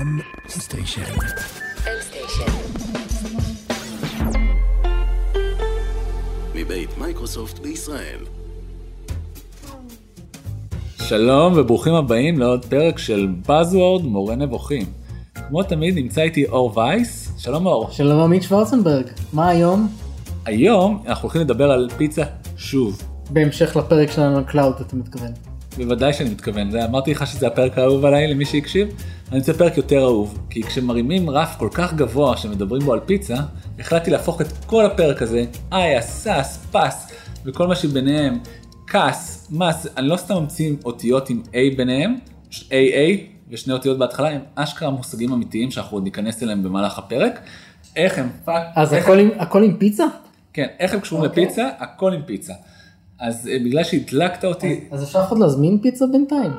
L-Station. מבית מייקרוסופט בישראל. שלום וברוכים הבאים לעוד פרק של Buzzword מורה נבוכים. כמו תמיד נמצא איתי אור וייס. שלום אור. שלום עמית שוורצנברג. מה היום? היום אנחנו הולכים לדבר על פיצה שוב. בהמשך לפרק שלנו על קלאוד אתה מתכוון? בוודאי שאני מתכוון. אמרתי לך שזה הפרק האהוב עליי למי שיקשיב. אני רוצה פרק יותר אהוב. כי כשמרימים רף כל כך גבוה שמדברים בו על פיצה, החלטתי להפוך את כל הפרק הזה, איה, סאס, פס וכל מה שביניהם, קאס, מס, אני לא סתם ממציא אותיות עם A ביניהם, AA ושני אותיות בהתחלה, הם אשכרה מושגים אמיתיים שאנחנו עוד ניכנס אליהם במהלך הפרק. איך הם פאק... אז הכל עם פיצה? כן, איך הם קשורים לפיצה? הכל עם פיצה. אז בגלל שהדלקת אותי... אז אפשר עוד להזמין פיצה בינתיים.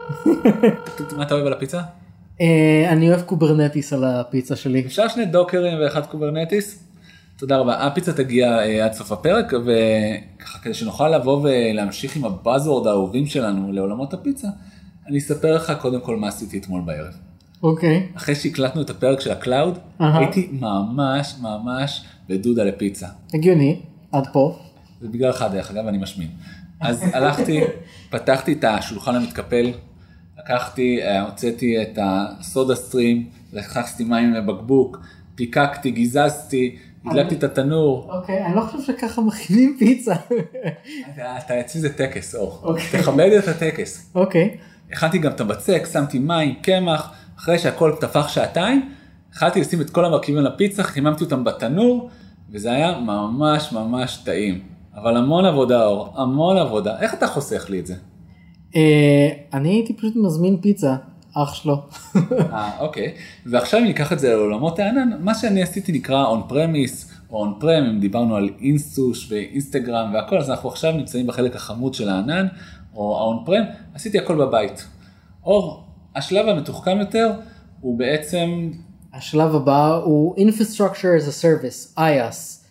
מה אתה אוהב על הפיצה? אני אוהב קוברנטיס על הפיצה שלי. אפשר שני דוקרים ואחד קוברנטיס? תודה רבה. הפיצה תגיע עד סוף הפרק, וככה כדי שנוכל לבוא ולהמשיך עם הבאזוורד האהובים שלנו לעולמות הפיצה, אני אספר לך קודם כל מה עשיתי אתמול בערב. אוקיי. אחרי שהקלטנו את הפרק של הקלאוד, הייתי ממש בדודה לפיצה. הגיוני, עד פה. זה בגללך דרך אגב, אני משמין. אז הלכתי, פתחתי את השולחן המתקפל, לקחתי, הוצאתי את הסודה סטרים, לקחתי מים לבקבוק, פיקקתי, גיזזתי, הדלקתי את התנור. אוקיי, אני לא חושב שככה מכינים פיצה. אתה אצלי זה טקס, אור. תכבד את הטקס. אוקיי. הכנתי גם את הבצק, שמתי מים, קמח, אחרי שהכל תפח שעתיים, התחלתי לשים את כל המרכיבים לפיצה, חיממתי אותם בתנור, וזה היה ממש טעים. אבל המון עבודה, אור, המון עבודה. איך אתה חוסך לי את זה? אני הייתי פשוט מזמין פיצה, אח שלו. אוקיי. ועכשיו אם ניקח את זה לעולמות הענן, מה שאני עשיתי נקרא on premise או on prem, אם דיברנו על אינסטוש ואינסטגרם והכל, אז אנחנו עכשיו נמצאים בחלק החמוד של הענן, או on prem, עשיתי הכל בבית. אור, השלב המתוחכם יותר הוא בעצם... השלב הבא הוא Infrastructure as a Service, IaaS,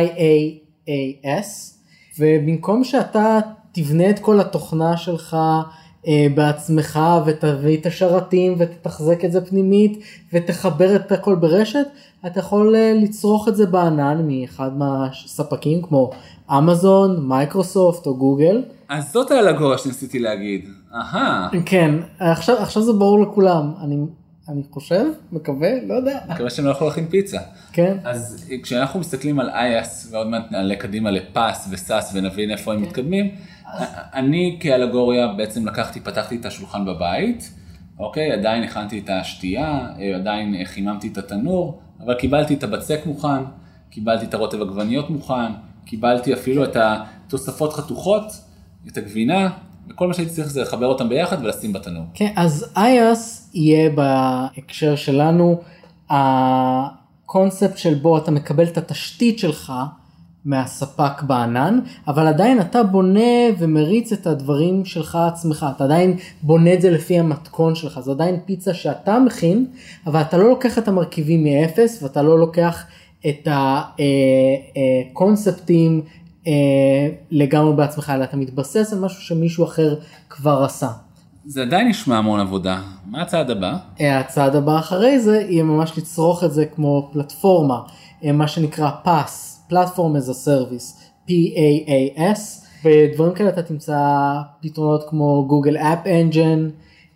IaaS, ובמקום שאתה תבנה את כל התוכנה שלך בעצמך ותביא את השרתים ותתחזק את זה פנימית ותחבר את הכל ברשת, אתה יכול לצרוך את זה בענן מאחד מהספקים כמו אמזון, מייקרוסופט או גוגל. אז זאת האלגוריה שניסיתי להגיד. כן, עכשיו זה ברור לכולם. אני חושב, מקווה, לא יודע. מקווה שהם לא יכולים להכין פיצה. כן. אז כשאנחנו מסתכלים על IaaS ועוד מעט נעלה קדימה לפס וסאס ונבין איפה הם מתקדמים, אני כאלגוריה בעצם פתחתי את השולחן בבית, אוקיי, עדיין הכנתי את השתייה, עדיין חיממתי את התנור, אבל קיבלתי את הבצק מוכן, קיבלתי את הרוטב עגבניות מוכן, קיבלתי אפילו את התוספות חתוכות, את הגבינה, וכל מה שהייתי צריך זה לחבר אותם ביחד ולשים בתנור. כן, אז IaaS יהיה בהקשר שלנו, הקונספט של בו אתה מקבל את התשתית שלך מהספק בענן, אבל עדיין אתה בונה ומריץ את הדברים שלך עצמך, אתה עדיין בונה את זה לפי המתכון שלך, זה עדיין פיצה שאתה מכין, אבל אתה לא לוקח את המרכיבים מאפס, ואתה לא לוקח את הקונספטים לגמרי בעצמך, אלא אתה מתבסס על משהו שמישהו אחר כבר עשה. זה עדיין נשמע המון עבודה. מה הצעד הבא? הצעד הבא אחרי זה יהיה ממש לצרוך את זה כמו פלטפורמה, מה שנקרא PaaS, Platform as a Service, PaaS, ודברים כאלה אתה תמצא פתרונות כמו Google App Engine,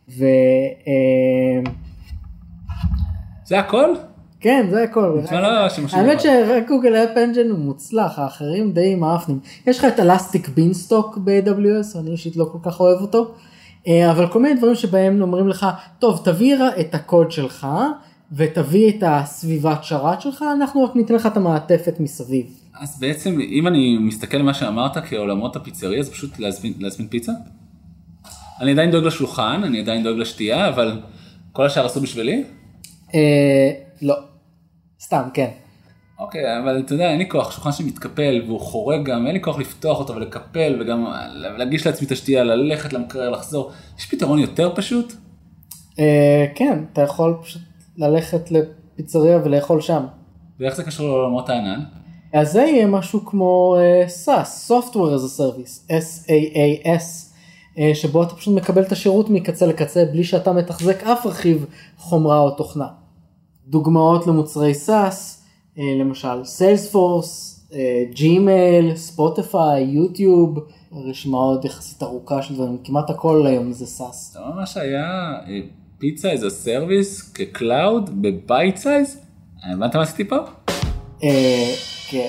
זה הכל? כן, זה הכל. האמת שרק Google App Engine הוא מוצלח, האחרים די מאפנים. יש לך את Elastic Beanstalk ב-AWS, אני אישית לא כל כך אוהב אותו, אבל כל מיני דברים שבהם אומרים לך, טוב, תביא את הקוד שלך, ותביא את הסביבת שרת שלך, אנחנו רק ניתן לך את המעטפת מסביב. אז בעצם, אם אני מסתכל על מה שאמרת כעולמות הפיצריה, זה פשוט להזמין פיצה? אני עדיין דואג לשולחן, אני עדיין דואג לשתייה, אבל כל השאר עשו בשבילי? לא, סתם, כן. אוקיי, אבל אתה יודע, אין לי כוח, שולחן שמתקפל והוא חורג גם, אין לי כוח לפתוח אותו ולקפל, וגם להגיש לעצמי את השתייה, ללכת למקרר, לחזור. יש פתרון יותר פשוט? כן, אתה יכול פשוט ללכת לפיצריה ולאכול שם. ואיך זה קשור לעולמות הענן? אז זה יהיה משהו כמו SaaS, Software as a Service, SaaS. שבו אתה פשוט מקבל את השירות מקצה לקצה, בלי שאתה מתחזק אף רכיב חומרה או תוכנה. דוגמאות למוצרי SaaS, למשל Salesforce, Gmail, Spotify, YouTube, רשימה עוד יחסית ארוכה של דברים, כמעט הכל היום זה SaaS. זה ממש היה פיצה as a service כ-Cloud בבייט סייז? הבנת מה עשיתי פה? כן.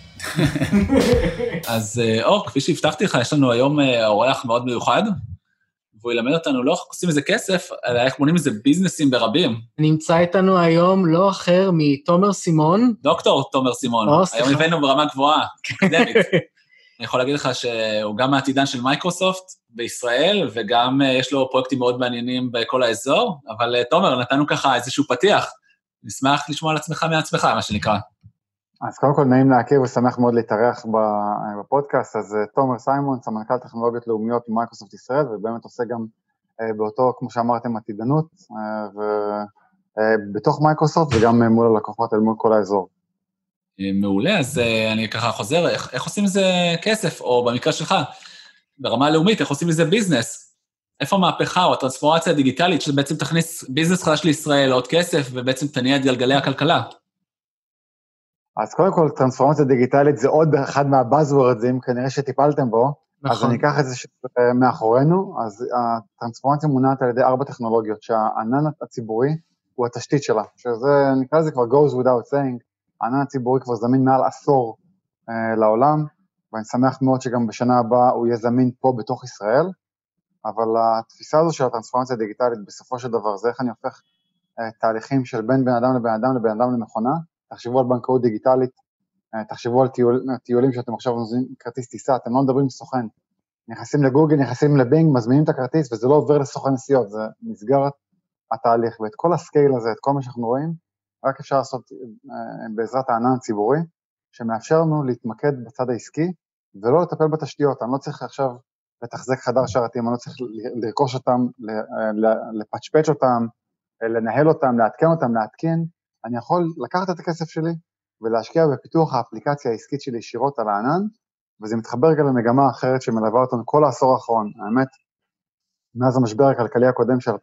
אז אור, כפי שהבטחתי לך, יש לנו היום אורח מאוד מיוחד, והוא ילמד אותנו לא איך עושים איזה כסף, אלא איך בונים איזה ביזנסים ברבים. נמצא איתנו היום לא אחר מתומר סימון. דוקטור תומר סימון, היום הבאנו ברמה גבוהה, אקדמית. אני יכול להגיד לך שהוא גם העתידן של מייקרוסופט בישראל, וגם יש לו פרויקטים מאוד מעניינים בכל האזור, אבל תומר, נתנו ככה איזשהו פתיח, נשמח לשמוע על עצמך מעצמך, מה שנקרא. אז קודם כל נעים להכיר ושמח מאוד להתארח בפודקאסט, אז תומר סיימון, סמנכ"ל טכנולוגיות לאומיות במייקרוסופט ישראל, ובאמת עושה גם באותו, כמו שאמרתם, עתידנות, ובתוך מייקרוסופט וגם מול הלקוחות, אל מול כל האזור. מעולה, אז אני ככה חוזר, איך עושים איזה כסף, או במקרה שלך, ברמה הלאומית, איך עושים איזה ביזנס? איפה המהפכה או הטרנספורמציה הדיגיטלית, שבעצם תכניס ביזנס חדש לישראל, עוד כסף, ובעצם תניע את גלגלי הכלכלה? אז קודם כל, טרנספורמציה דיגיטלית זה עוד אחד מהבאזוורדים, כנראה שטיפלתם בו, נכון. אז אני אקח את זה מאחורינו, אז הטרנספורמציה מונעת על ידי 4 טכנולוגיות, שהענן הציבורי הוא התשתית שלה, שזה נקרא לזה כבר goes without saying, הענן הציבורי כבר זמין מעל 10 לעולם, ואני שמח מאוד שגם בשנה הבאה הוא יהיה זמין פה בתוך ישראל, אבל התפיסה הזו של הטרנספורמציה הדיגיטלית בסופו של דבר, זה איך אני הופך תהליכים של בין בן אדם לבן אדם לבן אדם למכונה, תחשבו על בנקאות דיגיטלית, תחשבו על טיולים שאתם עכשיו נוזמים כרטיס טיסה, אתם לא מדברים עם סוכן, נכנסים לגוגל, נכנסים לבינג, מזמינים את הכרטיס, וזה לא עובר לסוכן נסיעות, זה נסגר התהליך, ואת כל הסקייל הזה, את כל מה שאנחנו רואים, רק אפשר לעשות בעזרת הענן הציבורי, שמאפשר לנו להתמקד בצד העסקי, ולא לטפל בתשתיות, אני לא צריך עכשיו לתחזק חדר שרתים, אני לא צריך לרכוש אותם, לפצ'פץ' אותם, לנהל אותם, לעדכן אותם, להתקין, אני יכול לקחת את הכסף שלי, ולהשקיע בפיתוח האפליקציה העסקית שלי ישירות על הענן, וזה מתחבר גם למגמה אחרת שמלווה אותנו כל העשור האחרון, האמת, מאז המשבר הכלכלי הקודם של 2008-2009,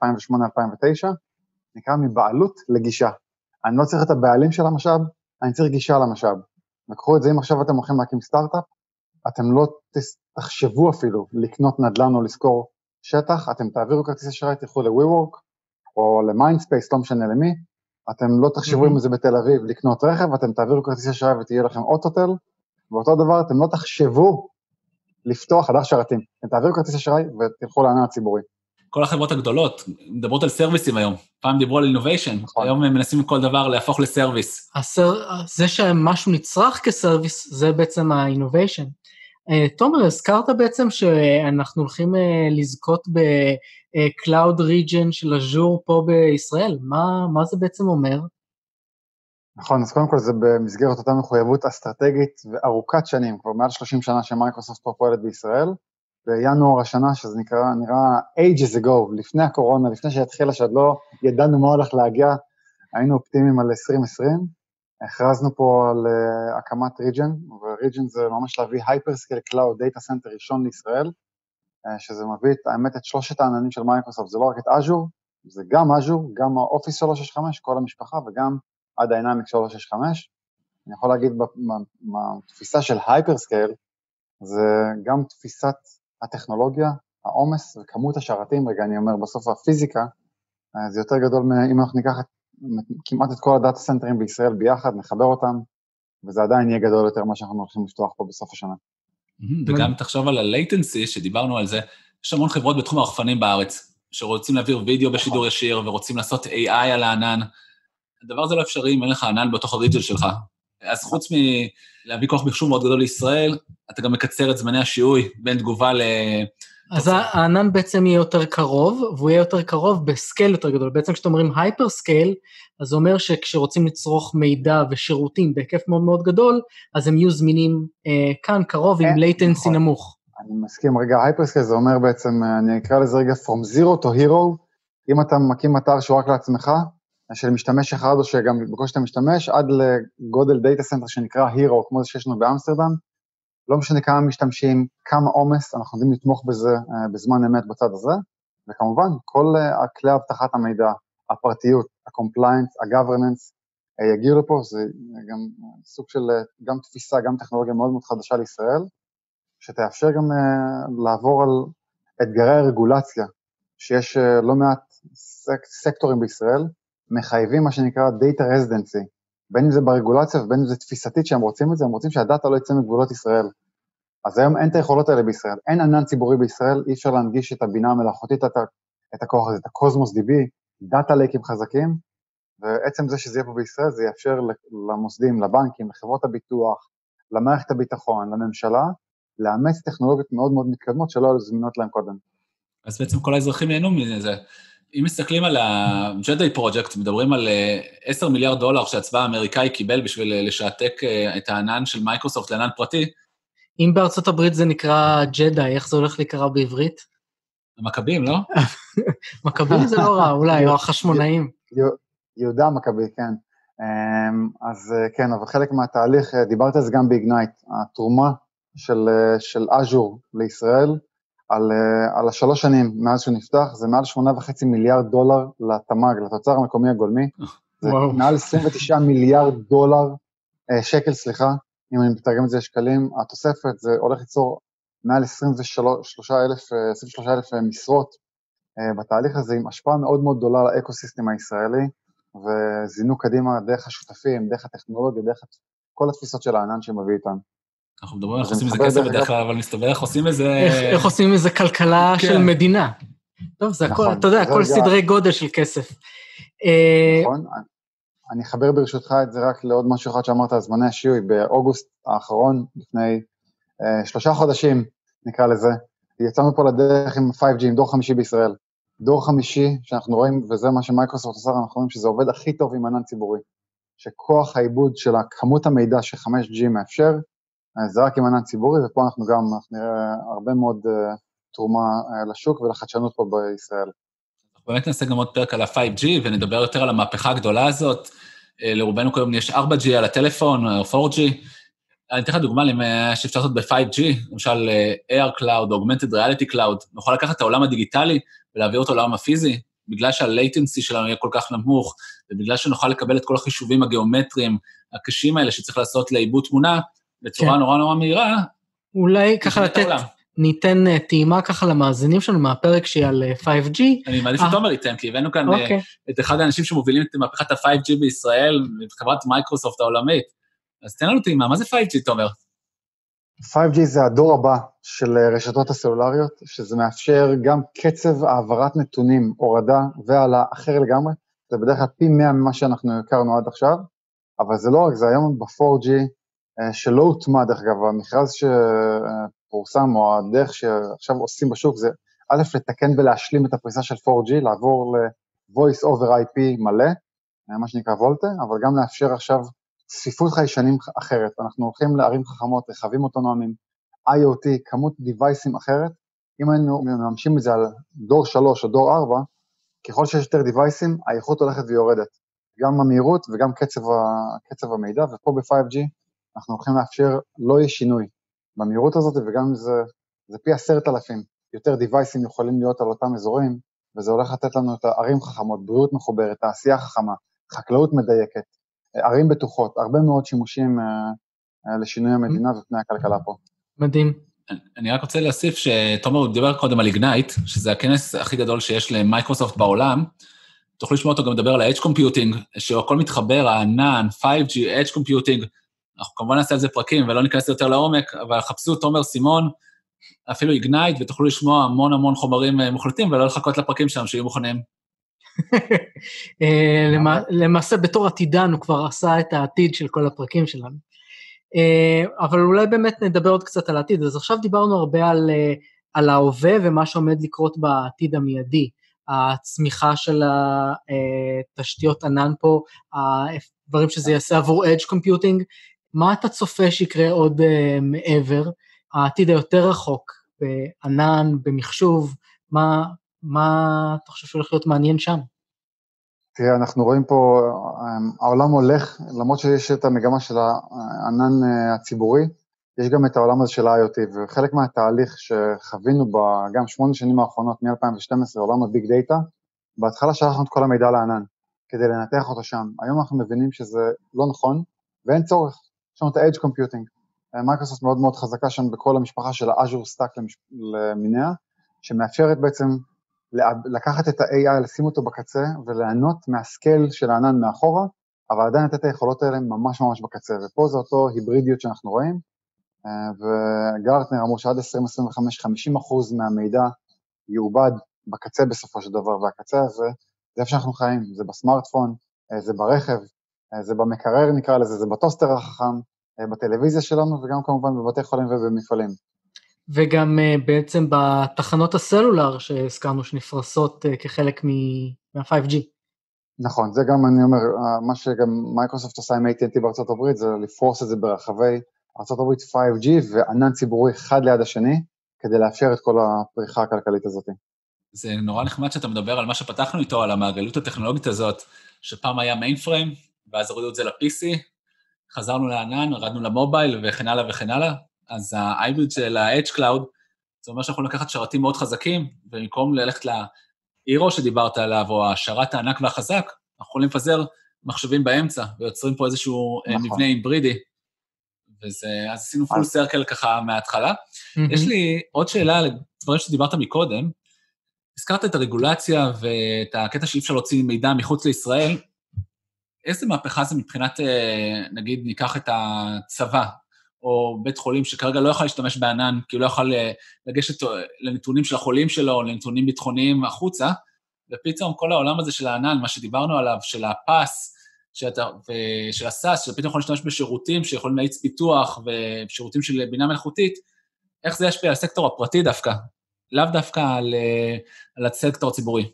נקרא מבעלות לגישה. אני לא צריך את הבעלים של המשאב, אני צריך גישה למשאב. לקחו את זה, אם עכשיו אתם הולכים להקים סטארט-אפ, אתם לא תחשבו אפילו לקנות נדל"ן או לזכור שטח, אתם תעבירו כרטיס אשראי, תלכו ל-WeWork, או ל-Mindspace, לא משנה למי, אתם לא תחשבו אם זה בתל אביב לקנות רכב, אתם תעבירו כרטיס אשראי ותהיה לכם אוטוטל, ואותו דבר אתם לא תחשבו לפתוח חדר שרתים, אתם תעבירו כרטיס אשראי ותלכו לענן הציבורי. כל החברות הגדולות מדברות על סרוויסים היום, פעם דיברו על אינוביישן, היום הם מנסים כל דבר להפוך לסרוויס. זה שמשהו נצרך כסרוויס, זה בעצם האינוביישן. תומר, הזכרת בעצם שאנחנו הולכים לזכות ב-Cloud Region של אז'ור פה בישראל, מה זה בעצם אומר? נכון, אז קודם כל זה במסגרת אותה מחויבות אסטרטגית וארוכת שנים, כבר מעל 30 שנה שמייקרוסופט פה פועלת בישראל, בינואר השנה, שזה נראה ages ago, לפני הקורונה, לפני שהתחילה, שעד לא ידענו מה הולך להגיע, היינו אופטימיים על 2020, הכרזנו פה על הקמת ריג'ן, וריג'ן זה ממש להביא Hyperscale Cloud Data Center ראשון לישראל, שזה מביא האמת את 3 העננים של מייקרוסופט, זה לא רק את אז'ור, זה גם אז'ור, גם האופיס 365, כל המשפחה, וגם הדינמיק 365, אני יכול להגיד בתפיסה של Hyperscale, זה גם תפיסת הטכנולוגיה, העומס וכמות השרתים, רגע אני אומר בסוף הפיזיקה, זה יותר גדול אם אנחנו ניקח כמעט את כל הדאטה סנטרים בישראל ביחד, נחבר אותם, וזה עדיין יהיה גדול יותר מה שאנחנו הולכים לפתוח פה בסוף השנה. וגם תחשוב על ה-latency שדיברנו על זה, יש המון חברות בתחום הרחפנים בארץ, שרוצים להעביר וידאו בשידור ישיר, ורוצים לעשות AI על הענן, הדבר הזה לא אפשרי אם אין לך ענן בתוך הריג'ל שלך. אז חוץ מלהביא כוח מחשוב מאוד גדול לישראל, אתה גם מקצר את זמני השיעוי בין תגובה ל... אז הענן בעצם יהיה יותר קרוב, והוא יהיה יותר קרוב בסקייל יותר גדול. בעצם כשאתם אומרים הייפר-סקייל, אז זה אומר שכשרוצים לצרוך מידע ושירותים בהיקף מאוד מאוד גדול, אז הם יהיו זמינים כאן קרוב עם latency נמוך. אני מסכים, רגע, הייפר-סקייל זה אומר בעצם, אני אקרא לזה רגע from zero to hero, אם אתה מקים אתר שהוא רק לעצמך, של משתמש אחד או שגם בכל שאתה משתמש, עד לגודל דאטה סנטר שנקרא Hero, כמו זה שיש לנו באמסטרדם, לא משנה כמה משתמשים, כמה עומס, אנחנו יודעים לתמוך בזה בזמן אמת בצד הזה, וכמובן, כל כלי הבטחת המידע, הפרטיות, ה-compliance, ה-governance, יגיעו לפה, זה גם סוג של, גם תפיסה, גם טכנולוגיה מאוד מאוד חדשה לישראל, שתאפשר גם לעבור על אתגרי הרגולציה, שיש לא מעט סקטורים בישראל, מחייבים מה שנקרא data residency, בין אם זה ברגולציה ובין אם זה תפיסתית שהם רוצים את זה, הם רוצים שהדאטה לא יצא מגבולות ישראל. אז היום אין את היכולות האלה בישראל, אין ענן ציבורי בישראל, אי אפשר להנגיש את הבינה המלאכותית, את הכוח הזה, את הקוסמוס DB, דאטה לייקים חזקים, ועצם זה שזה יהיה פה בישראל, זה יאפשר למוסדים, לבנקים, לחברות הביטוח, למערכת הביטחון, לממשלה, לאמץ טכנולוגיות מאוד מאוד מתקדמות שלא היו זמינות להם קודם. אז בעצם כל האזרחים ייהנו מזה. אם מסתכלים על ה-JEDI פרויקט, מדברים על $10 מיליארד שהצבא האמריקאי קיבל בשביל לשעתק את הענן של מייקרוסופט לענן פרטי. אם בארצות הברית זה נקרא JEDI, איך זה הולך להיקרא בעברית? המכבים, לא? מכבים זה לא רע, אולי, או החשמונאים. יהודה מכבי, כן. אז כן, אבל חלק מהתהליך, דיברת על זה גם באיגנייט, התרומה של אז'ור לישראל, על 3 שנים מאז שהוא נפתח, זה מעל $8.5 מיליארד לתמ"ג, לתוצר המקומי הגולמי, זה מעל $29 מיליארד שקל, סליחה, אם אני מתרגם את זה לשקלים, התוספת זה הולך ליצור מעל 23,000 משרות בתהליך הזה, עם השפעה מאוד מאוד גדולה לאקוסיסטם הישראלי, וזינו קדימה דרך השותפים, דרך הטכנולוגיה, דרך כל התפיסות של הענן שמביא איתם. אנחנו מדברים איך עושים איזה כסף בדרך כלל, אבל מסתבר איך עושים איזה... איך עושים איזה כלכלה של מדינה. טוב, זה הכל, אתה יודע, כל סדרי גודל של כסף. נכון, אני אחבר ברשותך את זה רק לעוד משהו אחד שאמרת על זמני השיעוי, באוגוסט האחרון, לפני 3 חודשים, נקרא לזה, יצאנו פה לדרך עם 5G, עם דור 5 בישראל. דור 5 שאנחנו רואים, וזה מה שמייקרוסופט עושה, אנחנו רואים שזה עובד הכי טוב עם ענן ציבורי, שכוח העיבוד של כמות המידע ש5G מאפשר, זה רק עם ענן ציבורי, ופה אנחנו גם נראה הרבה מאוד תרומה לשוק ולחדשנות פה בישראל. אנחנו באמת נעשה גם עוד פרק על ה-5G, ונדבר יותר על המהפכה הגדולה הזאת. לרובנו כיום יש 4G על הטלפון, או 4G. אני אתן לך דוגמה שאפשר לעשות ב-5G, למשל AR Cloud, Augmented Reality Cloud, נוכל לקחת את העולם הדיגיטלי ולהעביר אותו לעולם הפיזי, בגלל שה-latency שלנו יהיה כל כך נמוך, ובגלל שנוכל לקבל את כל החישובים הגיאומטריים הקשים האלה שצריך לעשות לעיבוד תמונה, בצורה נורא נורא מהירה. אולי ככה ניתן טעימה ככה למאזינים שלנו מהפרק שהיא על 5G. אני מעדיף שתומר ייתן, כי הבאנו כאן את אחד האנשים שמובילים את מהפכת ה-5G בישראל, את חברת מייקרוסופט העולמית. אז תן לנו טעימה, מה זה 5G, תומר? 5G זה הדור הבא של רשתות הסלולריות, שזה מאפשר גם קצב העברת נתונים, הורדה ועלה אחר לגמרי, זה בדרך כלל פי 100 ממה שאנחנו הכרנו עד עכשיו, אבל זה לא רק, זה היום ב-4G, שלא הוטמע, דרך אגב, המכרז שפורסם, או הדרך שעכשיו עושים בשוק, זה א', לתקן ולהשלים את הפריסה של 4G, לעבור ל-Voice over IP מלא, מה שנקרא וולטה, אבל גם לאפשר עכשיו צפיפות חיישנים אחרת. אנחנו הולכים לערים חכמות, רכבים אוטונומיים, IoT, כמות דיווייסים אחרת. אם היינו מממשים את זה על דור 3 או דור 4, ככל שיש יותר דיווייסים, האיכות הולכת ויורדת. גם המהירות וגם קצב המידע, ופה ב-5G אנחנו הולכים לאפשר לא יהיה שינוי במהירות הזאת, וגם זה פי 10,000 יותר דיווייסים יכולים להיות על אותם אזורים, וזה הולך לתת לנו את הערים חכמות, בריאות מחוברת, תעשייה חכמה, חקלאות מדייקת, ערים בטוחות, הרבה מאוד שימושים לשינוי המדינה ופני הכלכלה פה. מדהים. אני רק רוצה להוסיף שתומר דיבר קודם על איגנייט, שזה הכנס הכי גדול שיש למייקרוסופט בעולם, תוכלו לשמוע אותו גם לדבר על ה-Edge Computing, שהכל מתחבר, הענן, 5G, Edge Computing, אנחנו כמובן נעשה על זה פרקים ולא ניכנס יותר לעומק, אבל חפשו תומר סימון, אפילו איגנייט, ותוכלו לשמוע המון המון חומרים מוחלטים, ולא לחכות לפרקים שם שיהיו מוכנים. למעשה בתור עתידן הוא כבר עשה את העתיד של כל הפרקים שלנו. אבל אולי באמת נדבר עוד קצת על העתיד, אז עכשיו דיברנו הרבה על ההווה ומה שעומד לקרות בעתיד המיידי, הצמיחה של התשתיות ענן פה, הדברים שזה יעשה עבור Edge Computing, מה אתה צופה שיקרה עוד מעבר, העתיד היותר רחוק, בענן, במחשוב, מה אתה חושב שהולך להיות מעניין שם? תראה, אנחנו רואים פה, העולם הולך, למרות שיש את המגמה של הענן הציבורי, יש גם את העולם הזה של IoT, וחלק מהתהליך שחווינו גם 8 שנים האחרונות, מ-2012, עולם הביג דאטה, בהתחלה שלחנו את כל המידע לענן, כדי לנתח אותו שם. היום אנחנו מבינים שזה לא נכון, ואין צורך. יש לנו את ה-Edge Computing. מייקרוסופט מאוד מאוד חזקה שם בכל המשפחה של ה-Azure Stack למיניה, שמאפשרת בעצם לקחת את ה-AI, לשים אותו בקצה, וליהנות מהסקייל של הענן מאחורה, אבל עדיין לתת את היכולות האלה ממש ממש בקצה, ופה זה אותו היברידיות שאנחנו רואים, וגרטנר אמרו שעד 2025, 50% מהמידע יעובד בקצה בסופו של דבר, והקצה הזה, זה איפה שאנחנו חיים, זה בסמארטפון, זה ברכב, זה במקרר נקרא לזה, זה בטוסטר החכם, בטלוויזיה שלנו, וגם כמובן בבתי חולים ובמפעלים. וגם בעצם בתחנות הסלולר שהזכרנו שנפרסות כחלק מה-5G. נכון, זה גם אני אומר, מה שגם מייקרוסופט עושה עם AT&T בארצות הברית, זה לפרוס את זה ברחבי ארצות הברית 5G וענן ציבורי אחד ליד השני, כדי לאפשר את כל הפריחה הכלכלית הזאת. זה נורא נחמד שאתה מדבר על מה שפתחנו איתו, על המעגלות הטכנולוגית הזאת, שפעם היה מיינפריים, ואז הורידו את זה ל-PC, חזרנו לענן, ירדנו למובייל וכן הלאה וכן הלאה, אז ההייבריד של ה-Edge Cloud, זה אומר שאנחנו לקחת שרתים מאוד חזקים, ובמקום ללכת לאירו שדיברת עליו, או השרת הענק והחזק, אנחנו יכולים לפזר מחשבים באמצע, ויוצרים פה איזשהו מבנה היברידי, וזה, אז עשינו פול סרקל ככה מההתחלה. יש לי עוד שאלה לדברים שדיברת מקודם, הזכרת את הרגולציה ואת הקטע שאי אפשר להוציא מידע מחוץ לישראל, איזה מהפכה זה מבחינת, נגיד, ניקח את הצבא, או בית חולים שכרגע לא יכול להשתמש בענן, כי הוא לא יכול לגשת לנתונים של החולים שלו, לנתונים ביטחוניים החוצה, ופתאום כל העולם הזה של הענן, מה שדיברנו עליו, של הפס, ושל הסאס, שפתאום יכול להשתמש בשירותים שיכולים להאיץ פיתוח, ושירותים של בינה מלאכותית, איך זה ישפיע על הסקטור הפרטי דווקא? לאו דווקא על הסקטור הציבורי.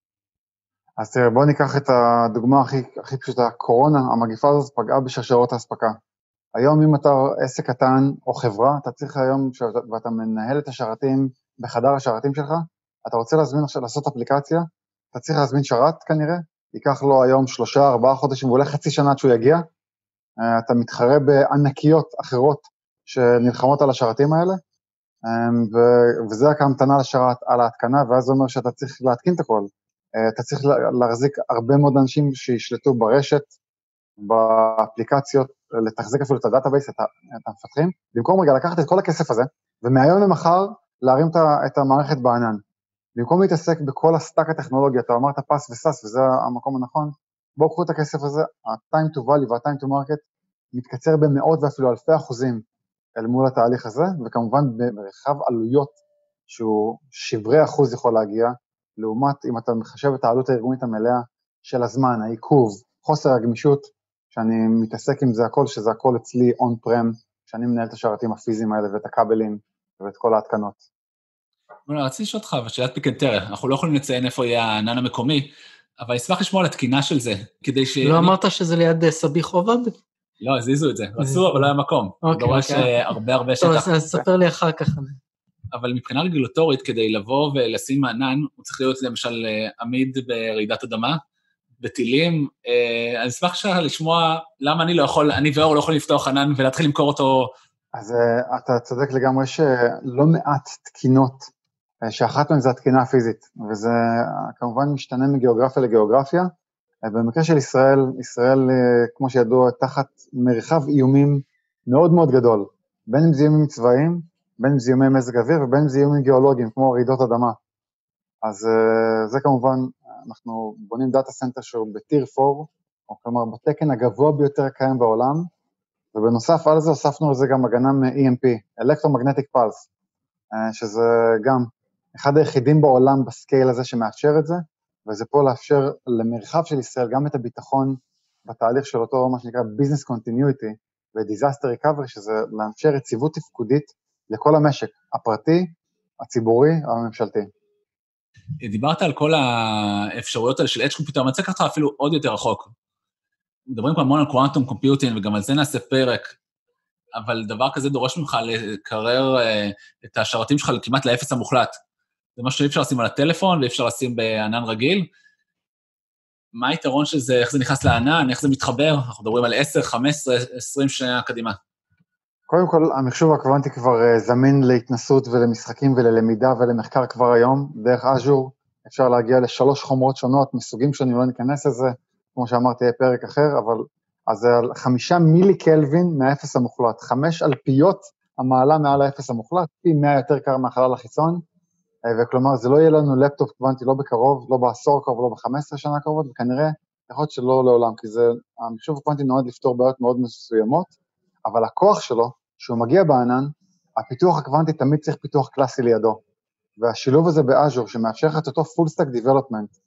אז תראה, בואו ניקח את הדוגמה הכי פשוטה, קורונה, המגפה הזאת פגעה בשרשרות ההספקה. היום אם אתה עסק קטן או חברה, אתה צריך היום, ואתה מנהל את השרתים בחדר השרתים שלך, אתה רוצה להזמין עכשיו לעשות אפליקציה, אתה צריך להזמין שרת כנראה, ייקח לו היום 3-4 חודשים, ואולי חצי שנה עד שהוא יגיע, אתה מתחרה בענקיות אחרות שנלחמות על השרתים האלה, וזה רק המתנה לשרת על ההתקנה, ואז זה אומר שאתה צריך להתקין את הכל. אתה צריך להחזיק הרבה מאוד אנשים שישלטו ברשת, באפליקציות, לתחזק אפילו את הדאטאבייס, את המפתחים, במקום רגע לקחת את כל הכסף הזה, ומהיום למחר להרים את המערכת בענן. במקום להתעסק בכל הסטאק הטכנולוגיה, אתה אמרת פס וסס, וזה המקום הנכון, בואו קחו את הכסף הזה, ה-time to value וה-time to market, מתקצר במאות ואפילו אלפי אחוזים אל מול התהליך הזה, וכמובן ברחב עלויות, שהוא שברי אחוז יכול להגיע, לעומת אם אתה מחשב את העלות הארגונית המלאה של הזמן, העיכוב, חוסר הגמישות, שאני מתעסק עם זה הכל, שזה הכל אצלי on-prem, שאני מנהל את השרתים הפיזיים האלה ואת הכבלים ואת כל ההתקנות. רציתי לשאול אותך, ושאלת פיקנטריה, אנחנו לא יכולים לציין איפה יהיה הענן המקומי, אבל אשמח לשמוע על התקינה של זה, כדי ש... לא אמרת שזה ליד סביח עובד? לא, הזיזו את זה, רצו, אבל לא היה מקום. דורש הרבה שטח. טוב, אז ספר לי אחר כך. אבל מבחינה רגולטורית, כדי לבוא ולשים ענן, הוא צריך להיות למשל עמיד ברעידת אדמה, בטילים, אני אשמח לשמוע למה אני ואור לא יכולים לפתוח ענן ולהתחיל למכור אותו. אז אתה צודק לגמרי שלא מעט תקינות, שאחת מהן זה התקינה הפיזית, וזה כמובן משתנה מגיאוגרפיה לגיאוגרפיה. במקרה של ישראל, כמו שידוע, תחת מרחב איומים מאוד מאוד גדול, בין אם זה איומים צבאיים, בין אם זה איומי מזג אוויר, ובין אם זה איומים גיאולוגיים, כמו רעידות אדמה. אז זה כמובן, אנחנו בונים דאטה סנטר שהוא בטיר 4, או כלומר בתקן הגבוה ביותר קיים בעולם, ובנוסף על זה הוספנו לזה גם הגנה מ-EMP, Electromagnetic Pulse, שזה גם אחד היחידים בעולם בסקייל הזה שמאפשר את זה, וזה פה לאפשר למרחב של ישראל גם את הביטחון בתהליך של אותו מה שנקרא Business Continuity ו-Disaster Recovery, שזה לאפשר יציבות תפקודית לכל המשק, הפרטי, הציבורי, הממשלתי. דיברת על כל האפשרויות האלה של Edge Computer, אני רוצה לקחת אפילו עוד יותר רחוק. מדברים כבר המון על Quantum Computing, וגם על זה נעשה פרק, אבל דבר כזה דורש ממך לקרר את השרתים שלך כמעט לאפס המוחלט. זה משהו שאי אפשר לשים על הטלפון, ואי אפשר לשים בענן רגיל. מה היתרון של זה, איך זה נכנס לענן, איך זה מתחבר? אנחנו מדברים על 10, 15, 20 שנה קדימה. קודם כל, המחשוב הקוונטי כבר זמין להתנסות ולמשחקים וללמידה ולמחקר כבר היום, דרך אז'ור, אפשר להגיע ל3 חומרות שונות, מסוגים שונים, לא ניכנס לזה, כמו שאמרתי, יהיה פרק אחר, אבל אז זה על 5 מילי קלווין מהאפס המוחלט, 5 אלפיות המעלה מעל האפס המוחלט, פי 100 יותר קר מהחלל החיצון, וכלומר זה לא יהיה לנו לפטופ קוונטי לא בקרוב, לא בעשור קרוב, לא ב15 שנה קרובות, וכנראה יכול להיות שלא לעולם, כי המחשוב הקוונטי נועד לפתור בעיות מאוד מסוימות, אבל הכוח שלו, שהוא מגיע בענן, הפיתוח הקוונטי תמיד צריך פיתוח קלאסי לידו, והשילוב הזה באז'ור שמאפשר את אותו full stack development,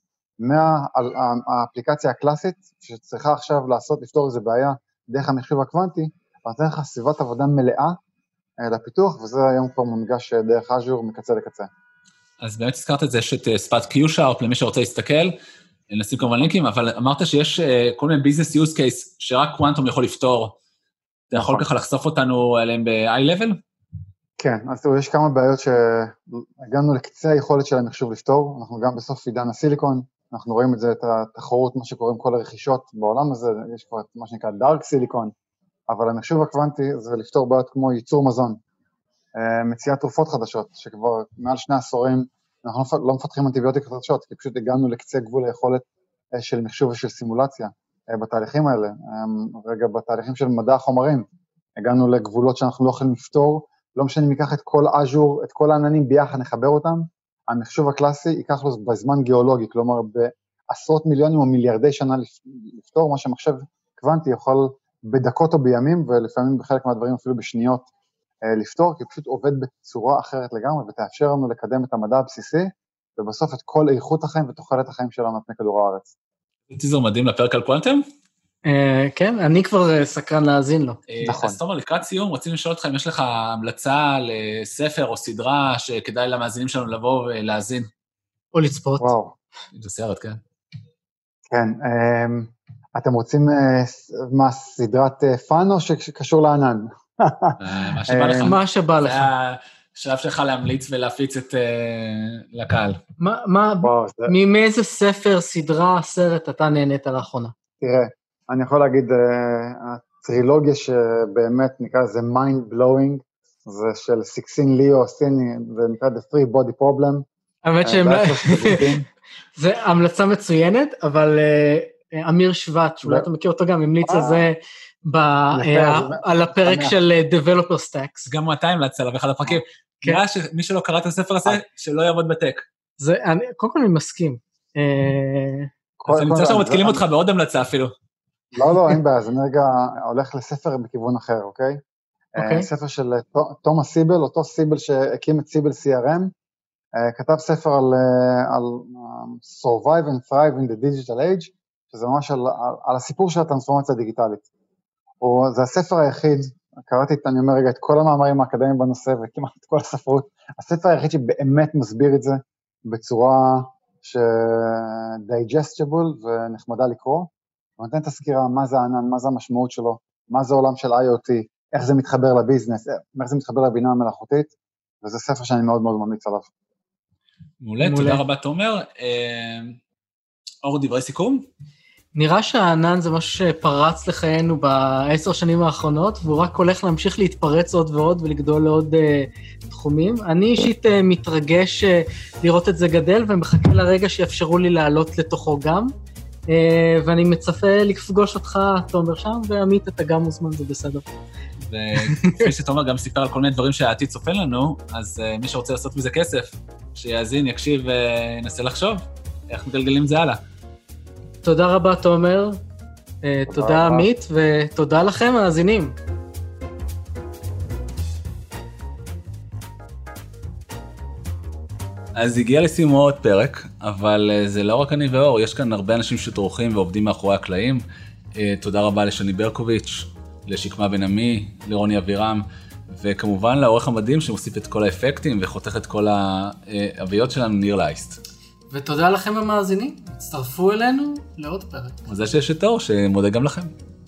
מהאפליקציה הקלאסית, שצריכה עכשיו לפתור איזו בעיה דרך המחשוב הקוונטי, אז נותן לך סביבת עבודה מלאה לפיתוח, וזה היום כבר מונגש דרך אז'ור מקצה לקצה. אז באמת הזכרת את זה, יש את ספת Q-Sharp, למי שרוצה להסתכל, נשים כמובן לינקים, אבל אמרת שיש כל מיני ביזנס use case, שרק קוונטום יכול לפתור, אתה יכול ככה לחשוף אותנו עליהם ב-high level? כן, אז תראו, יש כמה בעיות שהגענו לקצה היכולת של המחשוב לפתור, אנחנו גם בסוף עידן הסיליקון, אנחנו רואים את זה, את התחרות, מה שקוראים כל הרכישות בעולם הזה, יש כבר מה שנקרא דארק סיליקון, אבל המחשוב הקוונטי זה לפתור בעיות כמו ייצור מזון, מציאת תרופות חדשות, שכבר מעל 2 עשורים, אנחנו לא מפתחים אנטיביוטיקות חדשות, כי פשוט הגענו לקצה גבול היכולת של מחשוב ושל סימולציה בתהליכים האלה, רגע בתהליכים של מדע החומרים, הגענו לגבולות שאנחנו לא יכולים לפתור, לא משנה אם ניקח את כל אז'ור, את כל העננים ביחד, נחבר אותם, המחשוב הקלאסי ייקח לו בזמן גיאולוגי, כלומר בעשרות מיליונים או מיליארדי שנה לפתור, מה שמחשב קוונטי יכול בדקות או בימים, ולפעמים בחלק מהדברים אפילו בשניות לפתור, כי הוא פשוט עובד בצורה אחרת לגמרי, ותאפשר לנו לקדם את המדע הבסיסי, ובסוף את כל איכות החיים ותוחלת החיים שלנו על פני כדור הארץ. טיזר מדהים לפרק על קוונטום? כן, אני כבר סקרן להאזין לו. נכון. אז תומר, לקראת סיום, רוצים לשאול אותך אם יש לך המלצה לספר או סדרה שכדאי למאזינים שלנו לבוא ולהאזין. או לצפות. וואו. זה סרט, כן. כן, אתם רוצים מה, סדרת פאן או שקשור לענן? מה שבא לך. מה שבא לך. זה השלב שלך להמליץ ולהפיץ את לקהל. מאיזה ספר, סדרה, סרט אתה נהנית לאחרונה? תראה, אני יכול להגיד, הטרילוגיה שבאמת נקרא זה mind blowing, זה של סיקסין ליאו סיני, זה נקרא The Three Body Problem. האמת זה המלצה מצוינת, אבל אמיר שבט, שאולי אתה מכיר אותו גם, המליץ על זה על הפרק של Developer Stacks. גם 200 להצל עליו אחד הפרקים. נראה שמי שלא קרא את הספר הזה, שלא יעבוד בטק. קודם כל אני מסכים. אז אני רוצה שאנחנו מתקילים אותך בעוד המלצה אפילו. לא, אין בעיה, אז אני רגע הולך לספר בכיוון אחר, אוקיי? ספר של תומאס סיבל, אותו סיבל שהקים את סיבל CRM, כתב ספר על Survive and Thrive in the Digital Age, שזה ממש על הסיפור של הטרנספורמציה הדיגיטלית. זה הספר היחיד, קראתי, אני אומר רגע, את כל המאמרים האקדמיים בנושא, וכמעט את כל הספרות, הספר היחיד שבאמת מסביר את זה, בצורה digestible ונחמדה לקרוא, ונותן את הסקירה מה זה הענן, מה זה המשמעות שלו, מה זה עולם של IoT, איך זה מתחבר לביזנס, איך זה מתחבר לבינה המלאכותית, וזה ספר שאני מאוד מאוד ממליץ עליו. מעולה, תודה רבה תומר. אור, דברי סיכום? נראה שהענן זה משהו שפרץ לחיינו ב10 שנים האחרונות, והוא רק הולך להמשיך להתפרץ עוד ועוד ולגדול לעוד תחומים. אני אישית מתרגש לראות את זה גדל, ומחכה לרגע שיאפשרו לי לעלות לתוכו גם, ואני מצפה לפגוש אותך, תומר, שם, ועמית, אתה גם מוזמן, זה בסדר. וכפי שתומר גם סיפר על כל מיני דברים שהעתיד צופן לנו, אז מי שרוצה לעשות מזה כסף, שיאזין, יקשיב וינסה לחשוב, איך מגלגלים זה הלאה. תודה רבה, תומר, תודה עמית, ותודה לכם, מאזינים. אז הגיע לסיומו עוד פרק, אבל זה לא רק אני ואור, יש כאן הרבה אנשים שטורחים ועובדים מאחורי הקלעים. תודה רבה לשני ברקוביץ', לשקמה בן עמי, לרוני אבירם, וכמובן לעורך המדהים שמוסיף את כל האפקטים וחותך את כל האביות שלנו, ניר לייסט. ותודה לכם המאזינים, הצטרפו אלינו לעוד פרק. וזה שיש את אור, שמודה גם לכם.